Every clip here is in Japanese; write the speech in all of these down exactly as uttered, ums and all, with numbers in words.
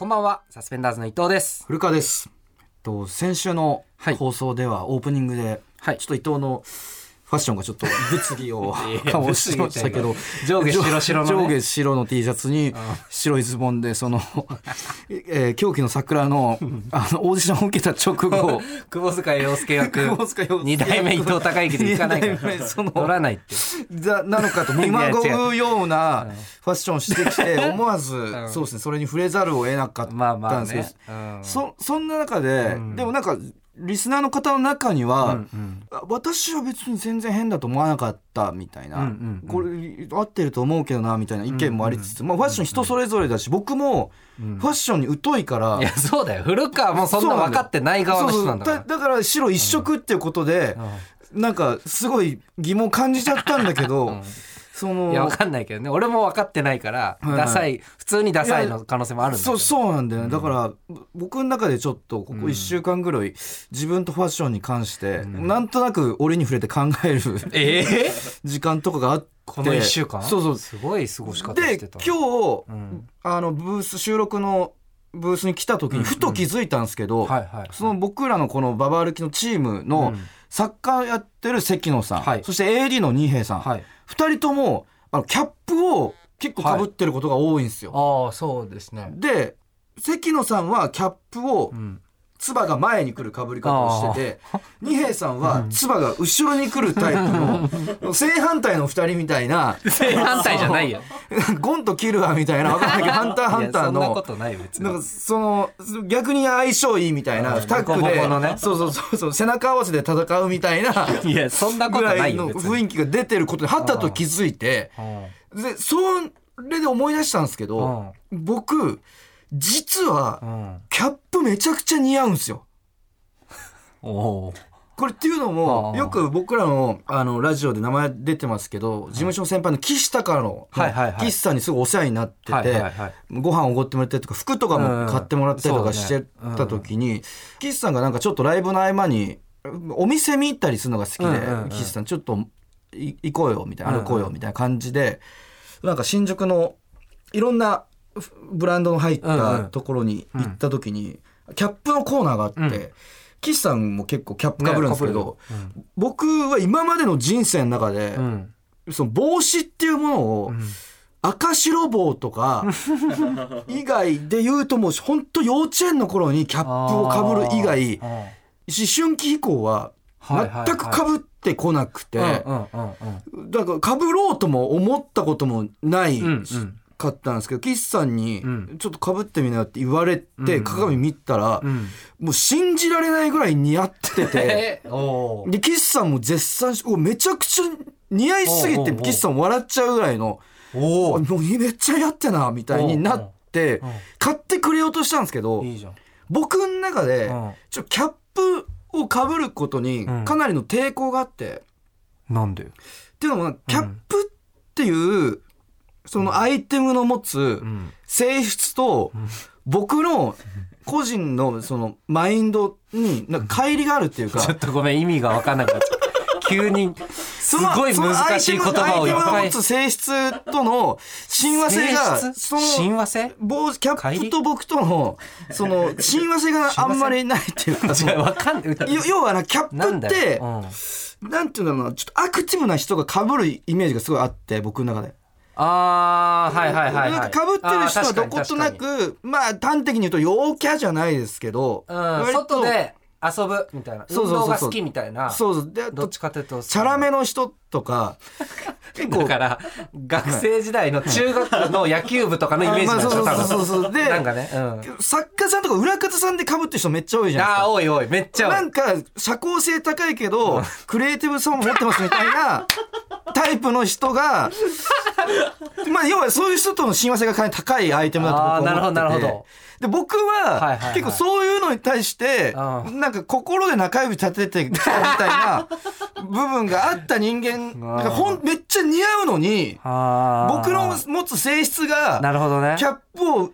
こんばんは、サスペンダーズの伊藤です。 古川です。と先週の放送ではオープニングで、はい、ちょっと伊藤のファッションがちょっと物議を醸しましたけど上下白白の、ね、 上下白の T シャツに白いズボンでその、えー、狂気の桜 の, あのオーディションを受けた直後窪塚洋介役に代目伊藤孝之で行かないからその取らないってなのかと見まごうようなファッションしてきて思わず、うん、そうですね、それに触れざるを得なかったんですけど、まあまあね、うん、そ, そんな中で、うん、でもなんかリスナーの方の中には、うんうん、私は別に全然変だと思わなかったみたいな、うんうんうん、これ合ってると思うけどなみたいな意見もありつつ、うんうん、まあ、ファッション人それぞれだし、僕もファッションに疎いから、 うん、いやそうだよ、古川もそんな分かってない側の人なんだから。 そうそう、だ, だから白一色っていうことで、うん、なんかすごい疑問感じちゃったんだけど、うんそのいや分かんないけどね、俺も分かってないから、はいはい、ダサい普通にダサいの可能性もあるんだけど。 そうそうなんだよね、うん、だから僕の中でちょっとここいっしゅうかんぐらい自分とファッションに関して、うん、なんとなく折に触れて考える、えー、時間とかがあって、 このいっしゅうかんそうそうすごい過ごし方してた。 で今日、うん、あのブース収録のブースに来た時にふと気づいたんですけど、うんうんはいはいはい、その僕らのこのババ歩きのチームのサッカーやってる関野さん、はい、そして エーディー の二平さん、はい、ふたりともあのキャップを結構被ってることが多いんですよ、 はい、ああそうですね。 で関野さんはキャップを、うん、つばが前に来る被り方をしてて、二平さんはつばが後ろに来るタイプの正反対のふたりみたいな正反対じゃないよゴンとキルアみたいな、分かんないけどハンターハンターのそんなことない別に。 なんかその逆に相性いいみたいなタッグで、ね、そうそうそうそう背中合わせで戦うみたいないやそんなことないよぐらいの雰囲気が出てることにはたと気づいて、でそれで思い出したんですけど、僕実はキャップめちゃくちゃ似合うんですよ。おこれっていうのもよく僕ら の, あのラジオで名前出てますけど、事務所の先輩の岸高の、はいはいはい、岸さんにすごいお世話になってて、はいはいはい、ご飯おごってもらったりとか服とかも買ってもらったりとかしてた時に、うんねうん、岸さんがなんかちょっとライブの合間にお店見たりするのが好きで、うんうんうん、岸さんちょっと行こうよみたいな、歩こうよみたいな感じで、なんか新宿のいろんなブランドの入ったところに行った時に、うんうん、キャップのコーナーがあって、うん、岸さんも結構キャップ被るんですけど、ねうん、僕は今までの人生の中で、うん、その帽子っていうものを、うん、赤白帽とか以外で言うともう本当幼稚園の頃にキャップを被る以外思春期以降は全く被ってこなくて、だから被ろうとも思ったこともない、うんうんかったんですけど、岸さんにちょっと被ってみなよって言われて、うん、鏡見たら、うん、もう信じられないぐらい似合っててで岸さんも絶賛し、おめちゃくちゃ似合いすぎて岸さん笑っちゃうぐらいの、おもうめっちゃ似合ってなみたいになって買ってくれようとしたんですけど、いいじゃん。僕の中でちょキャップを被ることにかなりの抵抗があって、 うん、なんでっていうのもキャップっていう、うんそのアイテムの持つ性質と僕の個人のそのマインドになんか乖離があるっていうか、 ちょっとごめん意味が分かんなくなっちゃった急にすごい難しい言葉をいっぱい。 アイテムの持つ性質との親和性がその親和性キャップと僕とのその親和性があんまりないっていうか分かんない要はなキャップってなん、うん、ていうんだろうな、ちょっとアクティブな人が被るイメージがすごいあって、僕の中で。 あーはいはいはい、はい、 なんか被ってる人はどことなくまあ端的に言うと陽キャじゃないですけど、 うん、外で遊ぶみたいな、運動が好きみたいな、 そうそうでどっちかというとチャラめの人とか結構だから学生時代の中学の野球部とかのイメージなんでしょ、多分。そうそうそうでなんかね、うん、 作家さんとか裏方さんで被ってる人めっちゃ多いじゃないですか。 あー多い多いめっちゃ多い。 なんか社交性高いけどクリエイティブさも持ってますみたいなタイプの人がまあ要はそういう人との親和性がかなり高いアイテムだと僕は思ってて、あーなるほどなるほど。で僕は結構そういうのに対してなんか心で中指立ててきたみたいな部分があった人間なんかほんめっちゃ似合うのに僕の持つ性質がキャップを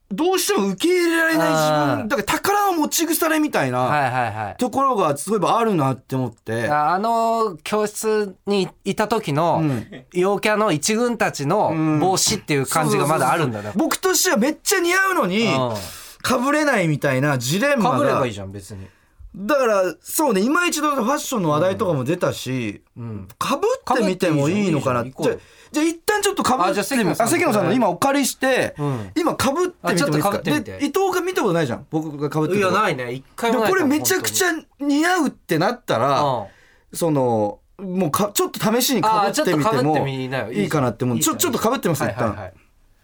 どうしても受け入れられない自分だから宝の持ち腐れみたいなところがそういえばあるなって思って、 あの教室にいた時の陽キャの一軍たちの帽子っていう感じがまだあるんだね。 僕としてはめっちゃ似合うのにかぶれないみたいなジレンマが。 かぶればいいじゃん別に。 だからそうね、今一度ファッションの話題とかも出たし、うん、かぶってみてもいいのかな。じゃじゃあ一旦ちょっとかぶってみる。あ、関野さんの今お借りして、うん、今かぶってみてもいいですか。で伊藤が見たことないじゃん、僕がかぶってる。 いやないね、一回もない。 これめちゃくちゃ似合うってなったら、うん、そのもうかちょっと試しにかぶってみてもいいかなって思う。ちょちょっとかぶってます一旦。はいはいはい、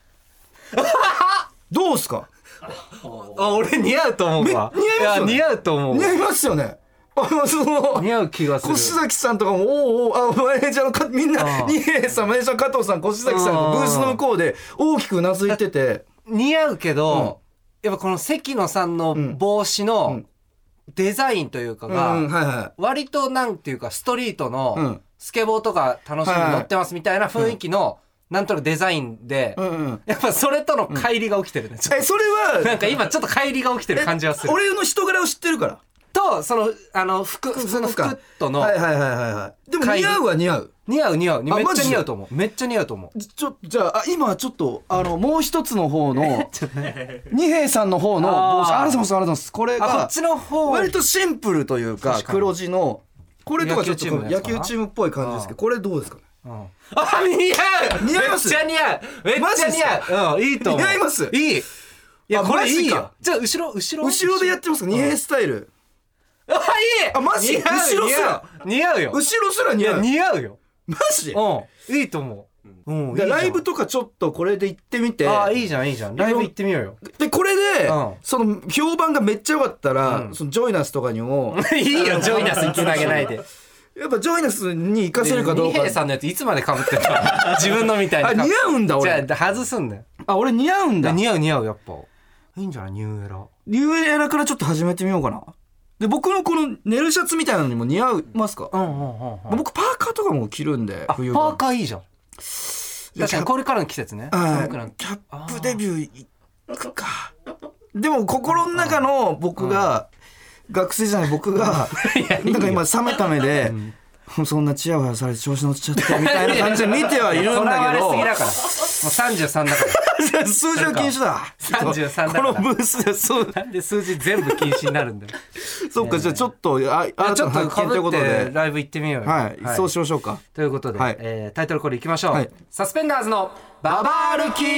どうすか。 あ、俺似合うと思うわ。 似合いますよね。 似合うと思う。 似合いますよね。あのその似合う気がする。 越崎さんとかもおうおう、あマネージャーのかみんな二平さん、マネージャーの加藤さん、越崎さんがブースの向こうで大きくうなずいてて似合うけど、うん、やっぱこの関野さんの帽子のデザインというかが割となんていうかストリートのスケボーとか楽しんで乗ってますみたいな雰囲気のなんとなくデザインで、うんうん、やっぱそれとの乖離が起きてるね、うん、 えそれはなんか今ちょっと乖離が起きてる感じがする。 俺の人柄を知ってるからとそのあの服普通の服とのはいはいはいはいでも似合うは似合う似合う似合うめっちゃ似合うと思うめっちゃ似合うと思う。 ちょっとじゃあ今ちょっとあのもう一つの方の二平さんの方の帽子ありがとうございますありがとうございます。これがこっちの方割とシンプルというか黒地のこれとかちょっと野球チームっぽい感じですけどこれどうですかね。うん、 あ似合う似合います。めっちゃ似合うめっちゃ似合う、うん、いいと思う。 似合いますいい。いやこれいいよ。じゃあ後ろ後ろ後ろでやってますか二平スタイル。 あいい。 あマジ後ろすら似合うよ。 後ろすら似合う。 似合うよマジ。 うんいいと思う。うん、 ライブとかちょっとこれで行ってみて。 あいいじゃんいいじゃんライブ行ってみようよ。 でこれで、うん、その評判がめっちゃ良かったら、うん、そのジョイナスとかにもいいよジョイナスにつなげないでやっぱジョイナスに行かせるかどうか。 二平さんのやついつまで被ってた自分のみたいな。 あ似合うんだ俺。 じゃあ外すんだよ。 あ俺似合うんだ。 似合う似合うやっぱいいんじゃない。ニューエラニューエラからちょっと始めてみようかな。で僕のこのネルシャツみたいなのにも似合いますか。うんうんうんうん、僕パーカーとかも着るんで。 冬パーカーいいじゃん。確かにこれからの季節ね。キャップデビュー行くか。でも心の中の僕が学生時代僕がなんか今冷めた目で、うん、そんなチヤホヤされて調子乗っちゃってみたいな感じで見てはいるんだけど。 それはあれすぎだから。もうさんじゅうさんだから。 数字は禁止だ。 さんじゅうさんだから。 このブースでそうなんで数字全部禁止になるんだよ。 そうかじゃあちょっとああちょっとかぶってライブ行ってみようよ。 はい、はい、そうしましょうか。 ということで、はいえー、タイトルコールいきましょう。はい、サスペンダーズのババ歩き。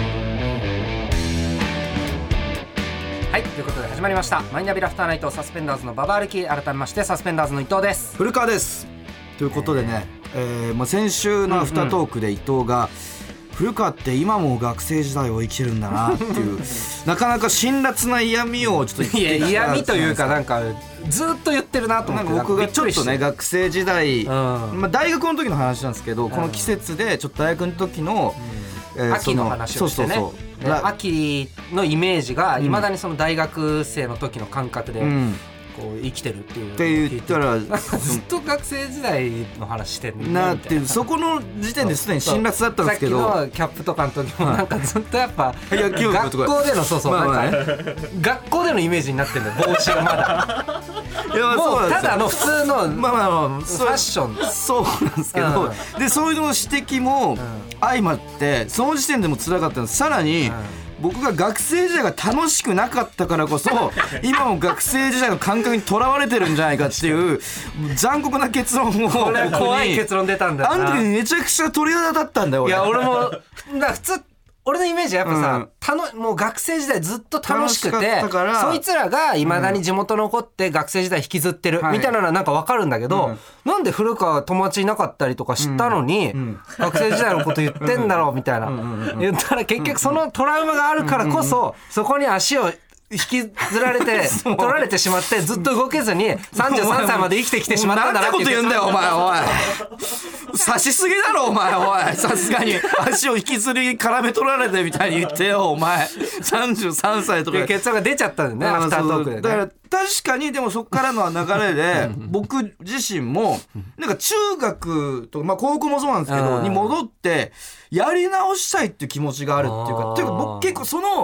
はいということで始まりましたマイナビラフターナイトサスペンダーズのババ歩き。改めましてサスペンダーズの伊藤です。 古川です。ということでね、えーえーまあ、先週のアフタートークで伊藤が、うんうん古川って今も学生時代を生きてるんだなっていうなかなか辛辣な嫌味をちょっと言っていや嫌味というかなんかずっと言ってるなと思って。 なんか僕がちょっとね学生時代、うんまあ、大学の時の話なんですけど、うん、この季節でちょっと大学の時の、 うんえー、秋の話をしてね。そうそうそう秋のイメージがいまだにその大学生の時の感覚で、うんこう生きてるっていうって言ったらずっと学生時代の話してるなっていうそこの時点ですでに辛辣だったんですけどさっきのキャップとかの時もなんかずっとやっぱ野球部とか学校でのそうそう、まあまあね、なんか学校でのイメージになってるんだよ帽子がまだいやもうただの普通のまあまあまあファッションそうなんですけど、うん、でそういうの指摘も相まってその時点でも辛かったんです。さらに、うん僕が学生時代が楽しくなかったからこそ今も学生時代の感覚にとらわれてるんじゃないかっていう残酷な結論をこれ怖い結論出たんだよな。 あの時めちゃくちゃ鳥肌だったんだよ俺。 いや俺もだ普通俺のイメージはやっぱさ、うん、たのもう学生時代ずっと楽しくてそいつらがいまだに地元残って学生時代引きずってるみたいなのはなんか分かるんだけど、はい、なんで古川友達いなかったりとか知ったのに、うんうん、学生時代のこと言ってんだろうみたいな言ったら結局そのトラウマがあるからこそそこに足を引きずられて取られてしまってずっと動けずにさんじゅうさんさいまで生きてきてしまったんだなっていう。 なんてこと言うんだよお前おい刺しすぎだろお前おいさすがに足を引きずり絡め取られてみたいに言ってよお前さんじゅうさんさいとか結論が出ちゃったんだよねアフタートークでね。 だから確かにでもそこからの流れで僕自身もなんか中学とか、まあ、高校もそうなんですけどに戻ってやり直したいっていう気持ちがあるっていうかっていうか僕結構その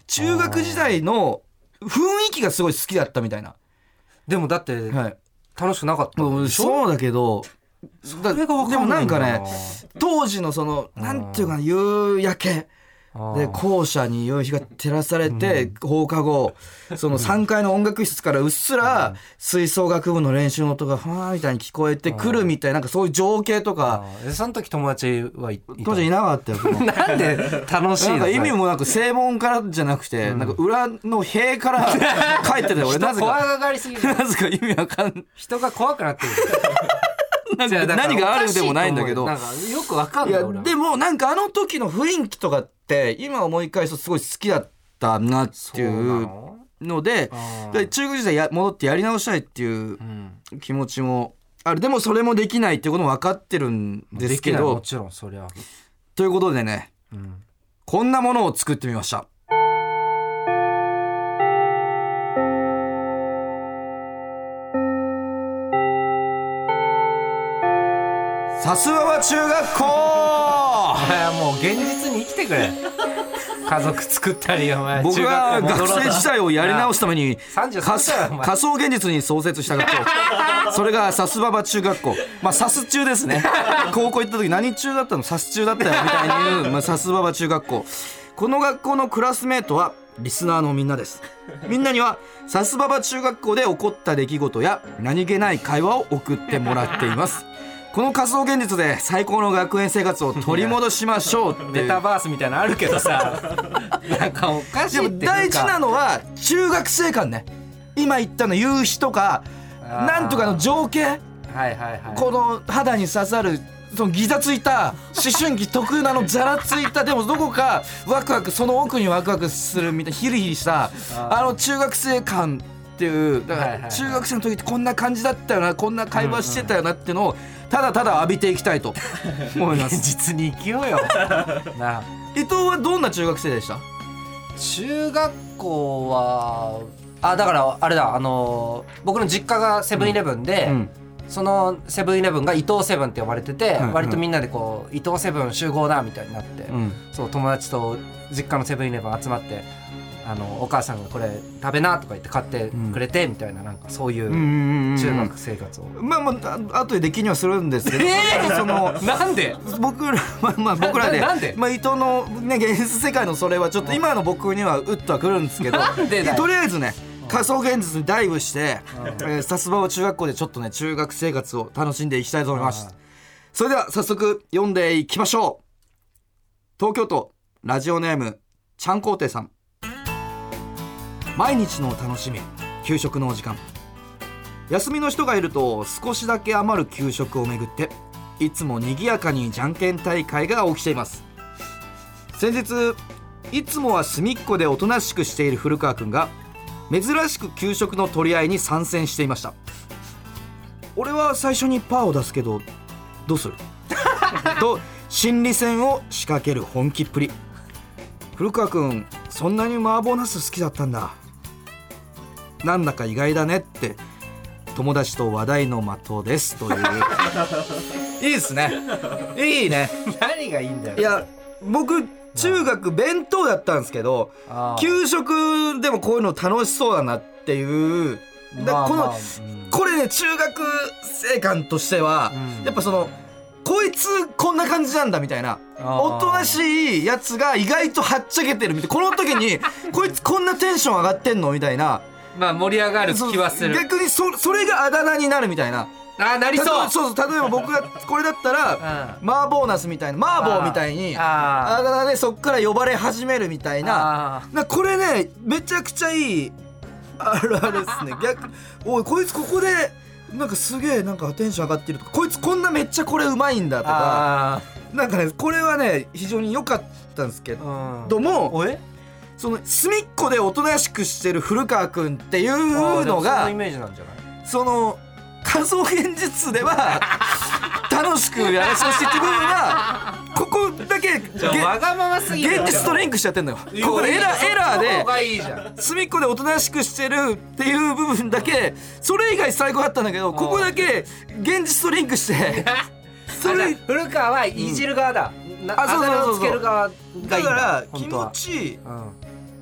中学時代の雰囲気がすごい好きだったみたいな。 でもだって楽しくなかったでしょ。 そうだけどそれが分かんないんだな。 でもなんかね当時のそのなんていうかな夕焼けで校舎に夕日が照らされて、うん、放課後そのさんかいの音楽室からうっすら吹奏楽部の練習の音がふわーみたいに聞こえてくるみたいな、なんかそういう情景とか。 その時友達はいた？ 当時いなかったよ。 なんで楽しいの？ なんか意味もなく正門からじゃなくて、うん、なんか裏の塀から帰ってたよ俺。なぜか怖がりすぎる。 なぜか意味わかん人が怖くなってる。 なんか何があるでもないんだけど、 なんかよくわかんない。いやでもなんかあの時の雰囲気とかって今思い返すとすごい好きだったなっていうので、中学時代や戻ってやり直したいっていう気持ちもある。でもそれもできないっていうことも分かってるんですけど、 もちろんそりゃ。 ということでね、うん、こんなものを作ってみました。さすがは中学校。 お前もう現実に生きてくれ。家族作ったりお前僕は学生時代をやり直すためにさんじゅうさんさいお前仮想現実に創設した学校それがさすばば中学校、まあさす中ですね。高校行った時何中だったの？さす中だったよみたいに言う、まあ、さすばば中学校。この学校のクラスメートはリスナーのみんなです。みんなにはさすばば中学校で起こった出来事や何気ない会話を送ってもらっています。この仮想現実で最高の学園生活を取り戻しましょうって。 メタバースみたいなのあるけどさなんかおかしいっていうか。 大事なのは中学生感ね。今言ったの夕日とかなんとかの情景、はいはいはい、 この肌に刺さるそのギザついた思春期特有のあのザラついたでもどこかワクワクその奥にワクワクするみたいなヒリヒリしたあの中学生感っていう。だから中学生の時ってこんな感じだったよな、こんな会話してたよなっていうのをただただ浴びていきたいと思います。 実に生きようよな。 伊藤はどんな中学生でした？ 中学校はあだからあれだ、あの僕の実家がセブンイレブンで、うん、そのセブンイレブンが伊藤セブンって呼ばれてて、うんうん、割とみんなでこう伊藤セブン集合だみたいになって、うん、そう友達と実家のセブンイレブン集まって、あのお母さんがこれ食べなとか言って買ってくれてみたいな、なんかそういう中学生活を、うんうんうん、 まあまあ後でできにはするんですけど、 えー、そのなんで僕ら、まあ、まあ僕らでなんで、まあ、伊藤の、ね、現実世界のそれはちょっと今の僕にはうっとはくるんですけど、 なんでだよ。 とりあえずね仮想現実にダイブして、えー、さすばば中学校でちょっとね中学生活を楽しんでいきたいと思います。それでは早速読んでいきましょう。東京都ラジオネームちゃんこうていさん。毎日の楽しみ、給食のお時間。休みの人がいると少しだけ余る給食をめぐっていつも賑やかにじゃんけん大会が起きています。先日いつもは隅っこでおとなしくしている古川くんが珍しく給食の取り合いに参戦していました。俺は最初にパーを出すけどどうすると心理戦を仕掛ける本気っぷり。古川くんそんなに麻婆ナス好きだったんだ、なんだか意外だねって友達と話題の的ですといういいですね、いいね。 何がいいんだよ。 いや僕中学弁当だったんですけど給食でもこういうの楽しそうだなっていう、まあこの、まあうん、これね中学生感としては、うん、やっぱそのこいつこんな感じなんだみたいなおとなしいやつが意外とはっちゃけてるみたいな、この時にこいつこんなテンション上がってんのみたいな、 まあ盛り上がる気はする。 逆に そ, それがあだ名になるみたいな。 あなりそう。 そうそう例えば僕がこれだったら、うん、麻婆ナスみたいな麻婆みたいにあだ名でそっから呼ばれ始めるみたいな。なこれねめちゃくちゃいいあるあるですね。逆おいこいつここでなんかすげえなんかテンション上がってるとか、こいつこんなめっちゃこれうまいんだとか、なんかねこれはね非常に良かったんですけども、おえその隅っこでおとなしくしてる古川くんっていうのがそのイメージなんじゃない？ その仮想現実では楽しくやらせてっていう部分はここだけわがまますぎる現実とリンクしちゃってんのよ。ここエラーエラーで隅っこでおとなしくしてるっていう部分だけ、それ以外最高だったんだけどここだけ現実とリンクしてそれ古川はいじる側だ、うん、あだ名をつける側がいいんだ。 だから気持ちいい、うん、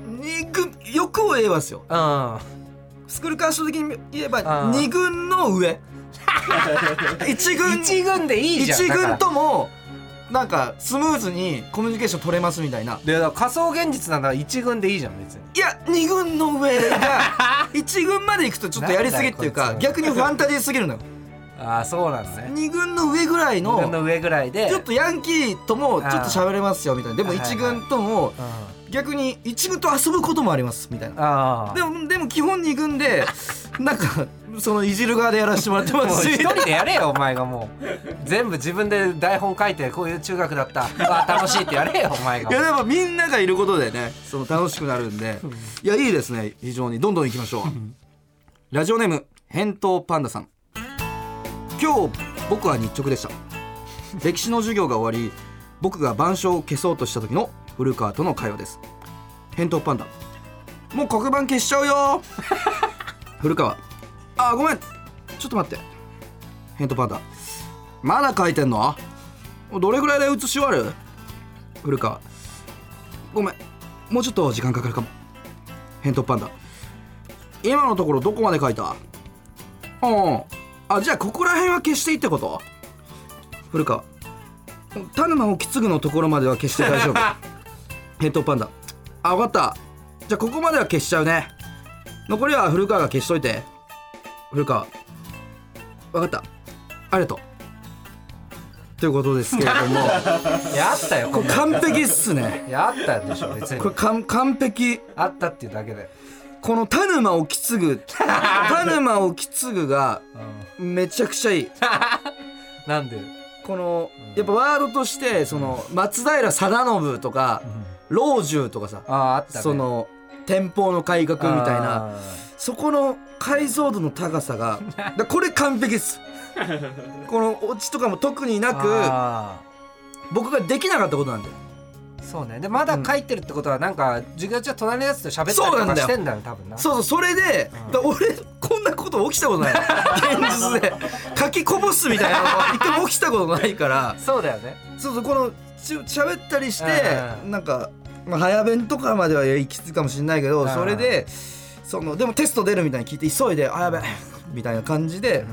に軍欲を言えばですよ、うん、スクールカースト的に言えばに軍の上いち軍いち軍でいいじゃん。 いち軍ともなんかスムーズにコミュニケーション取れますみたいな。 で仮想現実なんだからいち軍でいいじゃん別に。 いやに軍の上がいち軍まで行くとちょっとやりすぎっていうか逆にファンタジーすぎるのよ。 ああそうなんだね。 に軍の上ぐらいのに軍の上ぐらいでちょっとヤンキーともちょっと喋れますよみたいな。でもいち軍とも逆にいち軍と遊ぶこともありますみたいな。でもでも基本に軍でなんかそのいじる側でやらせてもらってますし。 一人でやれよお前がもう全部自分で台本書いてこういう中学だったわ楽しいってやれよお前が。 いやでもみんながいることでねその楽しくなるんでいやいいですね。非常にどんどん行きましょう。ラジオネーム返答パンダさん。今日僕は日直でした。歴史の授業が終わり僕が板書を消そうとした時の古川との会話です。返答パンダもう黒板消しちゃうよ古川あごめんちょっと待って。返答パンダまだ書いてんの？どれぐらいで写し終わる？古川ごめんもうちょっと時間かかるかも。返答パンダ今のところどこまで書いた？うんあじゃあここら辺は消していいってこと？古川田沼意次のところまでは消して大丈夫返答パンダあ分かったじゃあここまでは消しちゃうね。残りは古川が消しといて。古川分かったありがとうということですけれどもやったよこれ完璧っすね。 やったでしょ別にこれかん完璧あったっていうだけでこの田沼意次田沼意次がめちゃくちゃいいなんでこのやっぱワードとしてその松平定信とか老中とかさああったねその天保の改革みたいなそこの解像度の高さがだこれ完璧ですこのオチとかも特になく僕ができなかったことなんだよ。 そうねでまだ書いてるってことはなんか授業中は隣のやつと喋ったりとかしてんだよ多分な。 そうそうそれで、うん、だ俺こんなこと起きたことない現実で書きこぼすみたいなのが一回も起きたことないからそうだよね。 そうそうこのし喋ったりしてなんか、まあ、早弁とかまでは行き着くかもしれないけどそれでそのでもテスト出るみたいに聞いて急いであやべみたいな感じで、うん、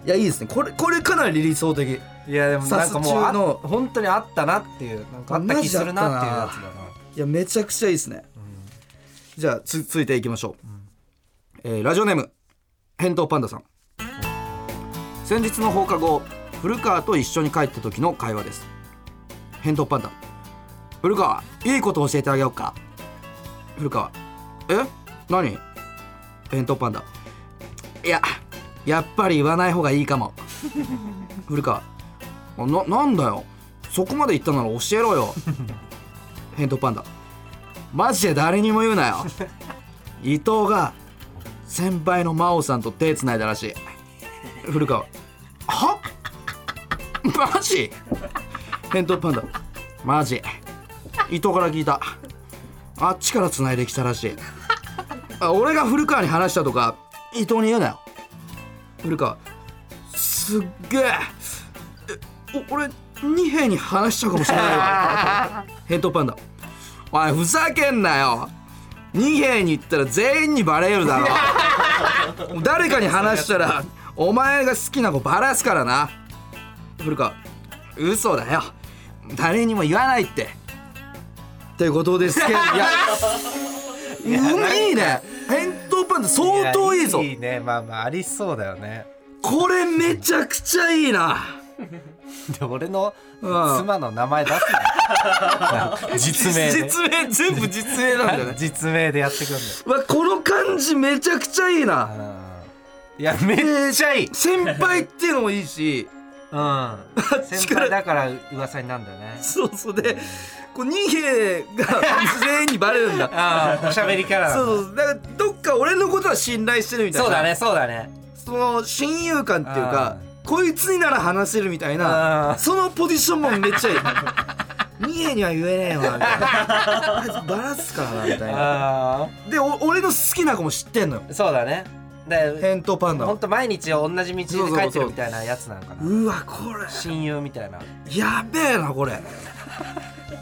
いやいいですねこれこれかなり理想的。 いやでもなんかもうの本当にあったなっていうなんかあった気するなっていうやつだな。 いやめちゃくちゃいいですね、うん、じゃあつ続いていきましょう、うんえー、ラジオネーム返答パンダさん。先日の放課後古川と一緒に帰った時の会話です。返答パンダ古川いいこと教えてあげようか。古川え何？返答パンダいややっぱり言わない方がいいかも古川な, なんだよそこまで言ったなら教えろよ返答パンダマジで誰にも言うなよ伊藤が先輩の真央さんと手つないだらしい。古川はマジ返答パンダマジ伊藤から聞いたあっちからつないできたらしいあ俺が古川に話したとか伊藤に言うなよ。古川すっげえお俺二兵に話しちゃうかもしれないわ返答パンダおいふざけんなよ二兵に言ったら全員にバレるだろ誰かに話したらお前が好きな子バラすからな。古川嘘だよ誰にも言わないってっていうことですけどいやいやいいね返答パンダ相当いいぞ。 いいねまあまあありそうだよねこれめちゃくちゃいいなで俺の妻の名前出すの実名で実名全部実名なんだよね実名でやってくるんだよ。 わこの感じめちゃくちゃいいな。 いやめっちゃいい、 えー、先輩っていうのもいいしうん先輩だから噂になるんだよねそうそうで、うん、こう二兵が全員にバレるんだああおしゃべりキャラそうそうだからどっか俺のことは信頼してるみたいな。 そうだねそうだねその親友感っていうかこいつになら話せるみたいなそのポジションもめっちゃいい二兵には言えねえわみたいなあいつバラすからなみたいなでお俺の好きな子も知ってんのよ。 そうだね返答パンダほんと毎日同じ道で帰ってるみたいなやつなんかな。 うわこれ親友みたいなやべえなこれ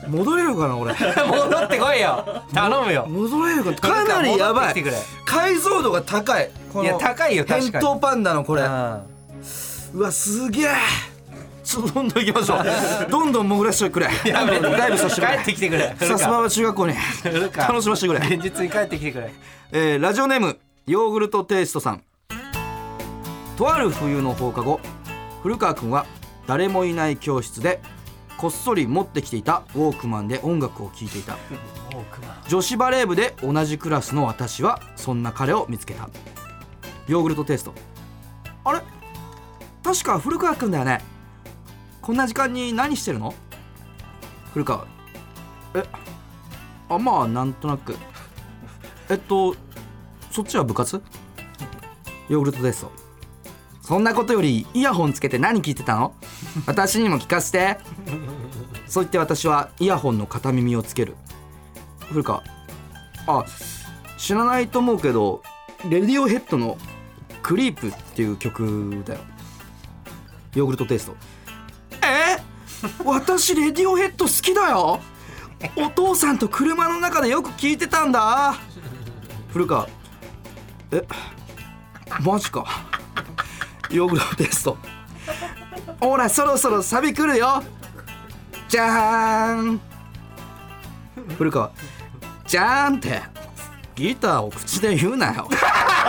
戻れるかな俺戻ってこいよ頼むよ。 戻れるかかなりやばい。解像度が高い。 いや高いよ確かに。 返答パンダのこれ、うん、うわすげえ。ちょっとどんどん行きましょうどんどん潜らせてくれ。 やめてダイブさせてくれ。 帰ってきてくれ。 さすまは中学校に楽しませてくれ。 現実に帰ってきてくれ。 えー、ラジオネームヨーグルトテイストさん。とある冬の放課後、古川くんは誰もいない教室でこっそり持ってきていたウォークマンで音楽を聴いていた。女子バレー部で同じクラスの私はそんな彼を見つけた。ヨーグルトテイスト。あれ確か古川くんだよね。こんな時間に何してるの？古川。えあまあなんとなく。えっとそっちは部活？ヨーグルトテイスト。そんなことよりイヤホンつけて何聞いてたの？私にも聞かせて。そう言って私はイヤホンの片耳をつける。古川。あ、知らないと思うけどレディオヘッドのクリープっていう曲だよ。ヨーグルトテイスト。え私レディオヘッド好きだよ。お父さんと車の中でよく聞いてたんだ。古川。えマジか。ヨーグルトテイスト。ほらそろそろサビ来るよ。じゃーん。古川。じゃーんってギターを口で言うなよ。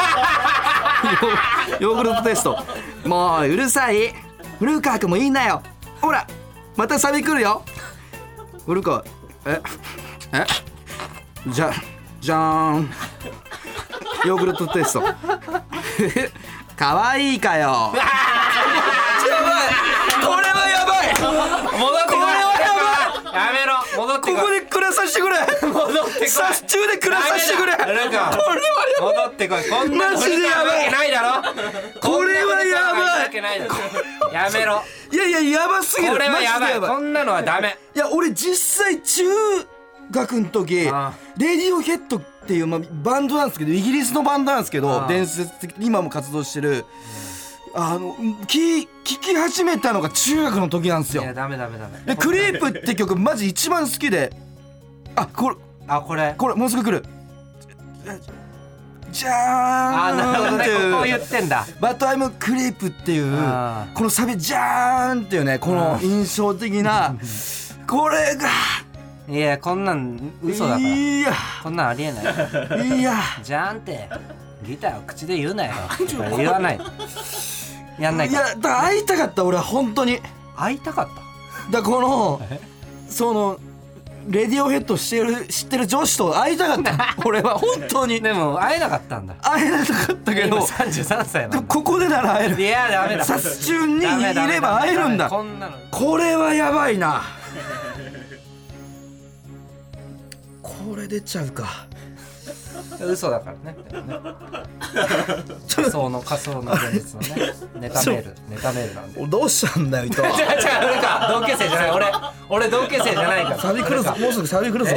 ヨーグルトテイスト。もううるさい。古川君もいいなよ。ほらまたサビ来るよ。古川。ええじゃじゃーん。ヨーグルトテイスト。かわいいかよ。これはやばい。 戻ってこい。これはやばい。やめろ。戻ってこい。 ここで暮らさせてくれ。 戻ってこい。 殺虫で暮らさせてくれ。これはやばい。 戻ってこい。こんなマジでやばい。 ないだろ。 これはやばい。やめろ。 いやいややばすぎる。 これはやばい。こんなのはダメ。 いや俺実際中学の時レディオヘッドっていう、まあ、バンドなんですけどイギリスのバンドなんですけど伝説的今も活動してる、うん、あの聞き始めたのが中学の時なんですよ。 いやダメダメダメ。 でクリープって曲マジ一番好きで、あこれあこれこれもうすぐ来る。じゃーん。 あなるほどね。ここ言ってんだ。 バッドアイムクリープっていうこのサビじゃーんっていうねこの印象的なこれがいやこんなん嘘だから。 いやこんなんありえない。 いやじゃんってギターを口で言うなよ。言わない。やんないか。 いやだ会いたかった俺は本当に。 会いたかった。 だこのそのレディオヘッドしてる知ってる女子と会いたかった俺は本当に。 でも会えなかったんだ。 会えなかったけどさんじゅうさんさいなんだ。 ここでなら会える。 いやダメだ。 殺虫にいれば会えるんだ。 こんなのこれはやばいな。これ出ちゃうか。 嘘だからね。仮想の仮想の現実のねネタメールネタメールなんで。 どうしたんだよ伊藤。 違う違う俺か同級生じゃない。俺俺同級生じゃないから。 サビ来るぞ。もうすぐサビ来るぞ。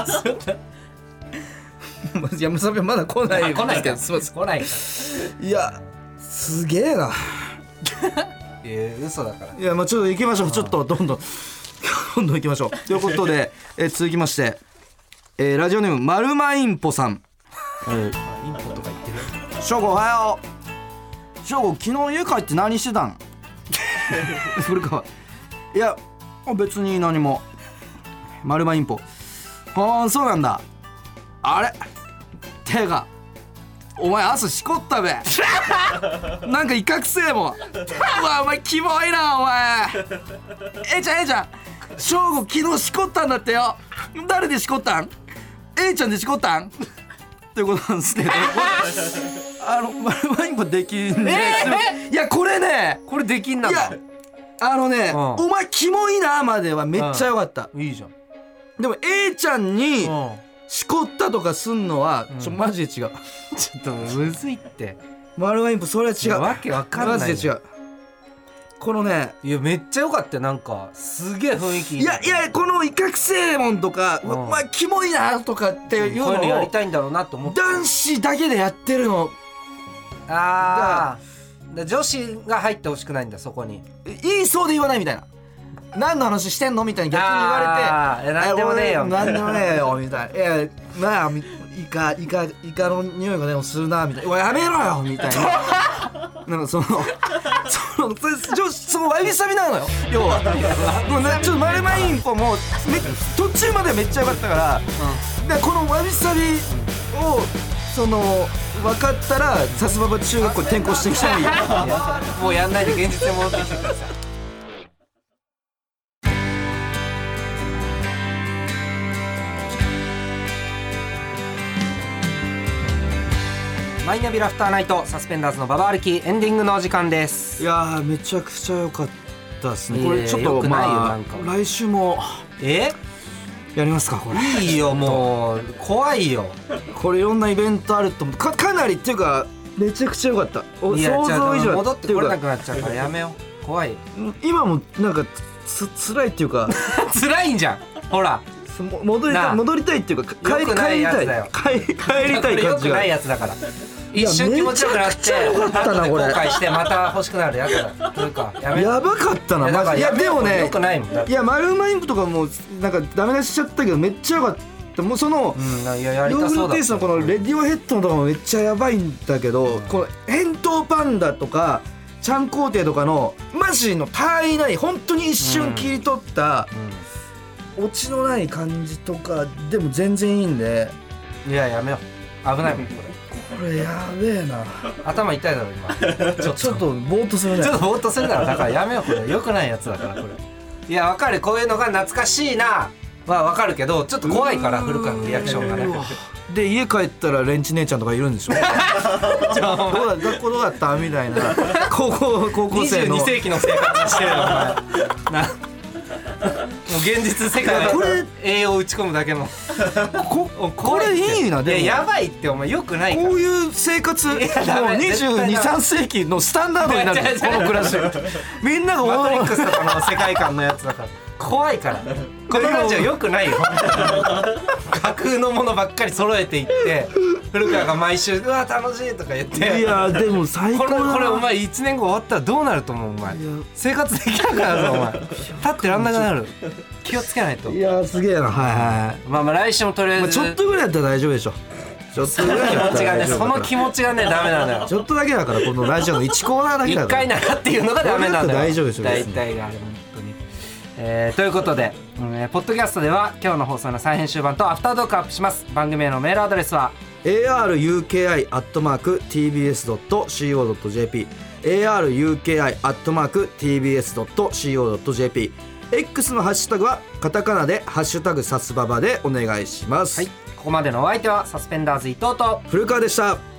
いやサビまだ来ない。 来ないか。すみません来ないか。 いやすげえな。 いや嘘だから。 いやまあちょっと行きましょう。ちょっとどんどんどんどん行きましょう。ということで、えー、続きまして、えー、ラジオネームマルマインポさん。 えー、インポとか言ってる。 ショゴおはよう。ショゴ昨日家帰って何してたん？古川。いや別に何も。マルマインポ。ああそうなんだ。あれてかお前朝しこったべ。なんか威嚇せえもん。うわお前キモいなお前。えいちゃんえいちゃんショゴ昨日しこったんだってよ。誰でしこったん？えいちゃんでしこったん？っていうことなんですけどあのマルマインポできんね、えー、いやこれねこれできんなんだ。 いやあのね、うん、お前キモいなまではめっちゃ良かった、 うん、いいじゃん。 でも A ちゃんにしこったとかすんのはちょ、うん、マジで違う。 ちょっとむずいって。 マルマインポそれは違う。 わけわかんない。 マジで違う。このねいやめっちゃ良かったよ。なんかすげえ雰囲気いい。 いやいやこの威嚇正門とか、うん、お前キモいなとかっていうのを、 うん、こういうのやりたいんだろうなと思って男子だけでやってるの。 ああ女子が入ってほしくないんだそこに。 言いそうで言わないみたいな。 何の話してんのみたいに逆に言われて何でもねえよ何でもねえよみたいな、いやまあイカイカイカの匂いがでもするなみたいな、うわやめろよみたいななんかそのそのそそのわびさびなのよ要はもうなちょっとマルマインポもめ途中までめっちゃ良かったから、うん、でこのわびさびをその分かったらさすばば中学校に転校してきたらいいよもうやんないで現実に戻ってきてください。マイナビラフターナイトサスペンダーズのババ歩きエンディングのお時間です。 いやーめちゃくちゃ良かったですね。これちょっとまあ来週もえやりますかこれ。 いいよもう怖いよこれいろんなイベントあると思う か, かなりっていうかめちゃくちゃ良かった。 いや想像以上戻ってこれなくなっちゃうからやめよう怖い。 今もなんかつ辛いっていうか辛いんじゃんほら戻りたい戻りたいっていうか帰り帰りたい帰りたい感じがよくないやつだから一瞬気持ちよくなって後で後悔してまた欲しくなるやつだというかやめやばかったなマジ。いやでもねよくないもん。 いやマルマインプとかもなんかダメ出ししちゃったけどめっちゃよかった。もうその、うん、 いややりたそうだヨーグルテイストのこのレディオヘッドのとかもめっちゃやばいんだけど、うん、この返答パンダとかちゃん皇帝とかのマジの単位ない本当に一瞬切り取った、うんうん、オチのない感じとかでも全然いいんで。 いややめよう危ないもんこれ。 これやべえな頭痛いだろ今ちょ, ちょっとぼーっとするねちょっとぼーっとするだろだからやめようこれよくないやつだからこれ。いやわかるこういうのが懐かしいなはわかるけどちょっと怖いから古川のリアクションがね。 で家帰ったらレンチ姉ちゃんとかいるんでしょどうだ学校どうだったみたいな高校高校生のにじゅうに世紀の生活してるのお前なもう現実世界で栄養を打ち込むだけのこ, これいいな。でもいややばいってお前よくないからこういう生活もうにじゅうに、さん世紀のスタンダードになるこの暮らしみんながマトリックスとかの世界観のやつだから怖いからこのラジオよくないよ架空のものばっかり揃えていって古川が毎週うわ楽しいとか言っていやでも最高だな。 これこれお前いちねんご終わったらどうなると思うお前生活できなくなるぞお前立ってらんなくなる気をつけないと。 いやすげえな。はいはいまあまあ来週もとりあえず、まあ、 ちょっとぐらいだったら大丈夫でしょ。ちょっとぐらいだったら大丈夫。 その気持ちがねダメなんだよ。 ちょっとだけだからこのラジオのいちコーナーだけだからいっかいならっていうのがダメなんだよ。 大丈夫でしょ大体があれ本当に、えー、ということで、うんえー、ポッドキャストでは今日の放送の再編集版とアフタートークアップします。番組へのメールアドレスはエーアールユーケーアイ アットマーク ティービーエスドットシーオードットジェーピー エーアールユーケーアイ アットマーク ティービーエスドットシーオードットジェーピー X のハッシュタグはカタカナでハッシュタグサスババでお願いします。 はい、ここまでのお相手はサスペンダーズ伊藤と古川でした。